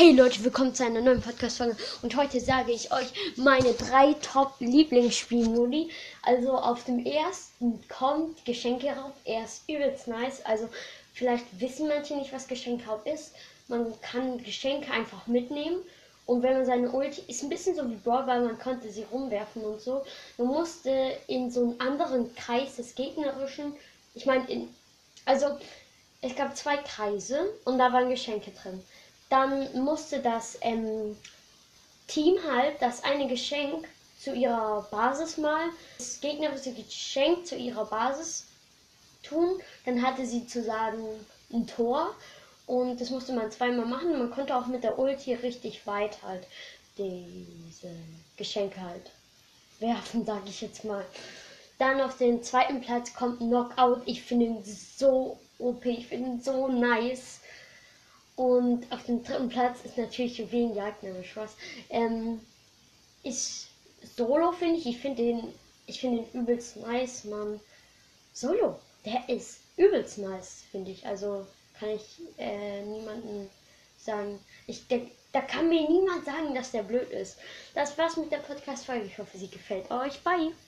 Hey Leute, willkommen zu einer neuen Podcast-Folge und heute sage ich euch meine 3 Top-Lieblingsspielmodi. Also auf dem ersten kommt Geschenke-Raub, er ist übelst nice. Also vielleicht wissen manche nicht, was Geschenke-Raub ist. Man kann Geschenke einfach mitnehmen und wenn man seine Ulti, ist ein bisschen so wie Brawl, weil man konnte sie rumwerfen und so. Man musste in so einen anderen Kreis des Gegnerischen, ich meine, also es gab 2 Kreise und da waren Geschenke drin. Dann musste das Team halt das eine Geschenk zu ihrer Basis das gegnerische Geschenk zu ihrer Basis tun. Dann hatte sie zu sagen ein Tor und das musste man zweimal machen. Man konnte auch mit der Ulti richtig weit halt diese Geschenke halt werfen, sage ich jetzt mal. Dann auf den zweiten Platz kommt Knockout. Ich finde ihn so OP, ich finde ihn so nice. Und auf dem dritten Platz ist natürlich Juwelenjagd, ne, Spaß. Ist Solo, finde ich. Ich finde den übelst nice, Mann. Solo, der ist übelst nice, finde ich. Also kann ich niemanden sagen. Da kann mir niemand sagen, dass der blöd ist. Das war's mit der Podcast-Folge. Ich hoffe, sie gefällt euch. Bye!